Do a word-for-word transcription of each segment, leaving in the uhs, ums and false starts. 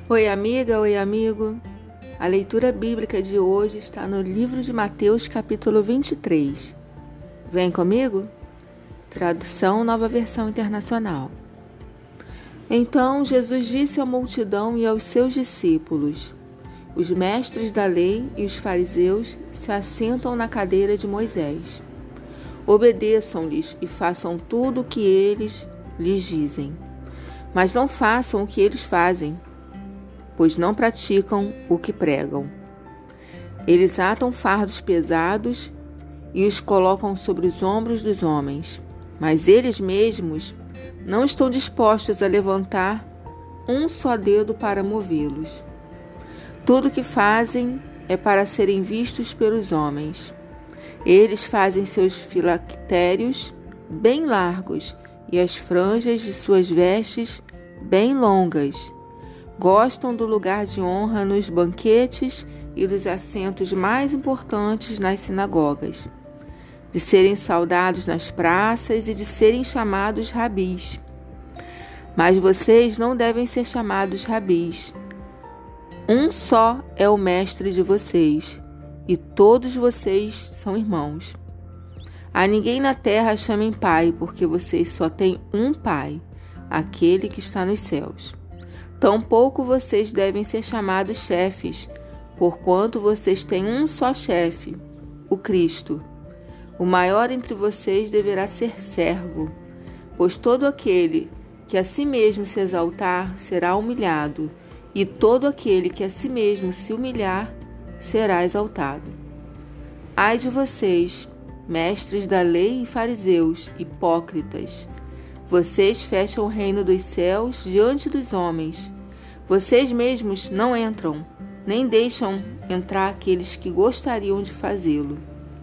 Oi, amiga, oi, amigo. A leitura bíblica de hoje está no livro de Mateus, capítulo vinte e três. Vem comigo? Tradução Nova Versão Internacional. Então Jesus disse à multidão e aos seus discípulos: os mestres da lei e os fariseus se assentam na cadeira de Moisés. Obedeçam-lhes e façam tudo o que eles lhes dizem, mas não façam o que eles fazem, pois não praticam o que pregam. Eles atam fardos pesados e os colocam sobre os ombros dos homens, mas eles mesmos não estão dispostos a levantar um só dedo para movê-los. Tudo o que fazem é para serem vistos pelos homens. Eles fazem seus filactérios bem largos e as franjas de suas vestes bem longas. Gostam do lugar de honra nos banquetes e dos assentos mais importantes nas sinagogas, de serem saudados nas praças e de serem chamados rabis. Mas vocês não devem ser chamados rabis. Um só é o mestre de vocês, e todos vocês são irmãos. A ninguém na terra chamem pai, porque vocês só têm um pai, aquele que está nos céus. Tampouco vocês devem ser chamados chefes, porquanto vocês têm um só chefe, o Cristo. O maior entre vocês deverá ser servo, pois todo aquele que a si mesmo se exaltar será humilhado, e todo aquele que a si mesmo se humilhar será exaltado. Ai de vocês, mestres da lei e fariseus, hipócritas! Vocês fecham o reino dos céus diante dos homens. Vocês mesmos não entram, nem deixam entrar aqueles que gostariam de fazê-lo.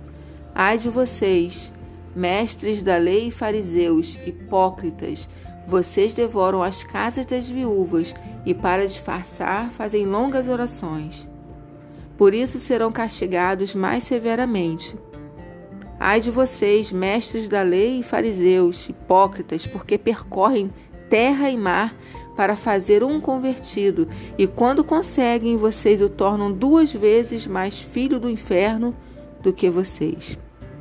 Ai de vocês, mestres da lei e fariseus, hipócritas! Vocês devoram as casas das viúvas e, para disfarçar, fazem longas orações. Por isso serão castigados mais severamente. Ai de vocês, mestres da lei e fariseus, hipócritas, porque percorrem terra e mar para fazer um convertido, e quando conseguem, vocês o tornam duas vezes mais filho do inferno do que vocês.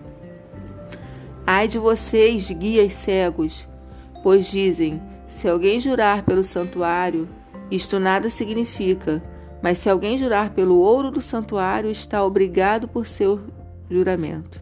Ai de vocês, guias cegos, pois dizem: se alguém jurar pelo santuário, isto nada significa, mas se alguém jurar pelo ouro do santuário, está obrigado por seu juramento.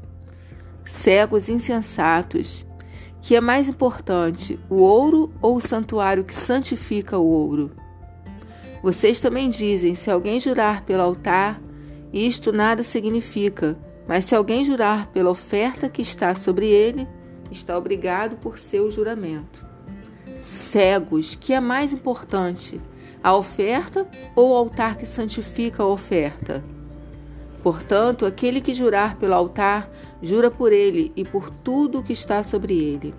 Cegos insensatos, que é mais importante, o ouro ou o santuário que santifica o ouro? Vocês também dizem: se alguém jurar pelo altar, isto nada significa, mas se alguém jurar pela oferta que está sobre ele, está obrigado por seu juramento. Cegos, que é mais importante, a oferta ou o altar que santifica a oferta? Portanto, aquele que jurar pelo altar, jura por ele e por tudo o que está sobre ele.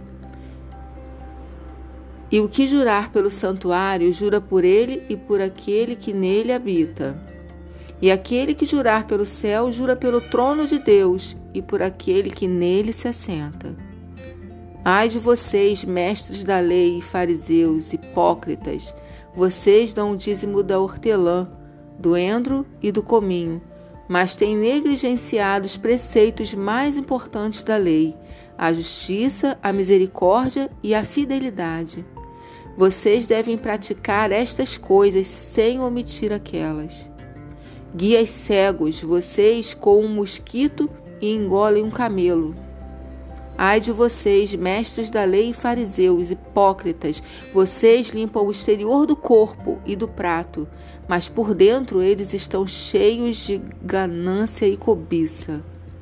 E o que jurar pelo santuário, jura por ele e por aquele que nele habita. E aquele que jurar pelo céu, jura pelo trono de Deus e por aquele que nele se assenta. Ai de vocês, mestres da lei e fariseus, hipócritas! Vocês dão o dízimo da hortelã, do endro e do cominho, mas têm negligenciado os preceitos mais importantes da lei, a justiça, a misericórdia e a fidelidade. Vocês devem praticar estas coisas sem omitir aquelas. Guias cegos, vocês coam um mosquito e engolem um camelo. Ai de vocês, mestres da lei e fariseus, hipócritas! Vocês limpam o exterior do corpo e do prato, mas por dentro eles estão cheios de ganância e cobiça.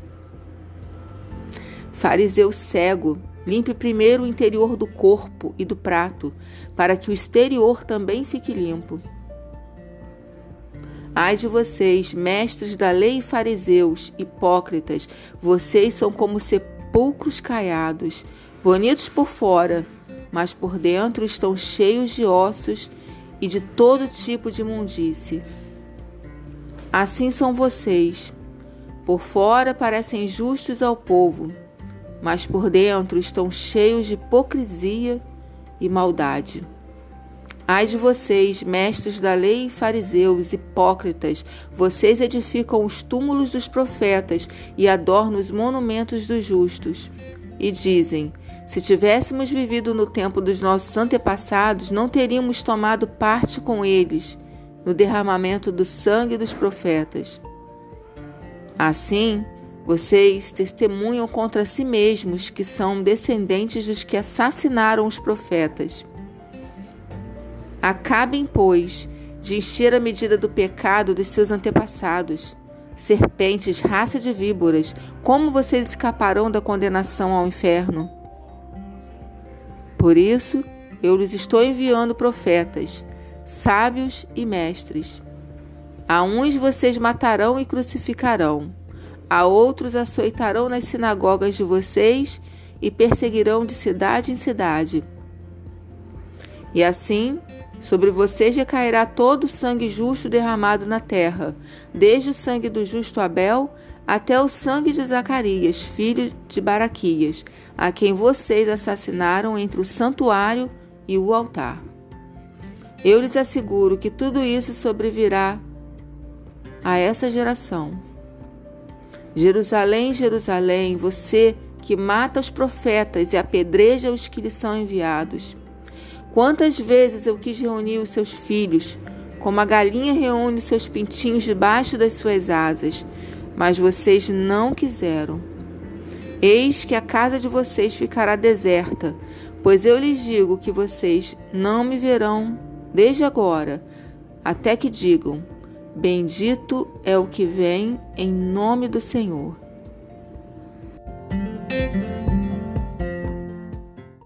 Fariseu cego, limpe primeiro o interior do corpo e do prato, para que o exterior também fique limpo. Ai de vocês, mestres da lei e fariseus, hipócritas! Vocês são como sepulcros caiados, bonitos por fora, mas por dentro estão cheios de ossos e de todo tipo de imundície. Assim são vocês. Por fora parecem justos ao povo, mas por dentro estão cheios de hipocrisia e maldade. Ai de vocês, mestres da lei e fariseus, hipócritas, vocês edificam os túmulos dos profetas e adornam os monumentos dos justos. E dizem, se tivéssemos vivido no tempo dos nossos antepassados, não teríamos tomado parte com eles no derramamento do sangue dos profetas. Assim, vocês testemunham contra si mesmos que são descendentes dos que assassinaram os profetas. Acabem, pois, de encher a medida do pecado dos seus antepassados. Serpentes, raça de víboras, como vocês escaparão da condenação ao inferno? Por isso, eu lhes estou enviando profetas, sábios e mestres. A uns vocês matarão e crucificarão, a outros açoitarão nas sinagogas de vocês e perseguirão de cidade em cidade. E assim, sobre vocês recairá todo o sangue justo derramado na terra, desde o sangue do justo Abel até o sangue de Zacarias, filho de Baraquias, a quem vocês assassinaram entre o santuário e o altar. Eu lhes asseguro que tudo isso sobrevirá a essa geração. Jerusalém, Jerusalém, você que mata os profetas e apedreja os que lhes são enviados. Quantas vezes eu quis reunir os seus filhos, como a galinha reúne os seus pintinhos debaixo das suas asas, mas vocês não quiseram. Eis que a casa de vocês ficará deserta, pois eu lhes digo que vocês não me verão desde agora, até que digam, bendito é o que vem em nome do Senhor.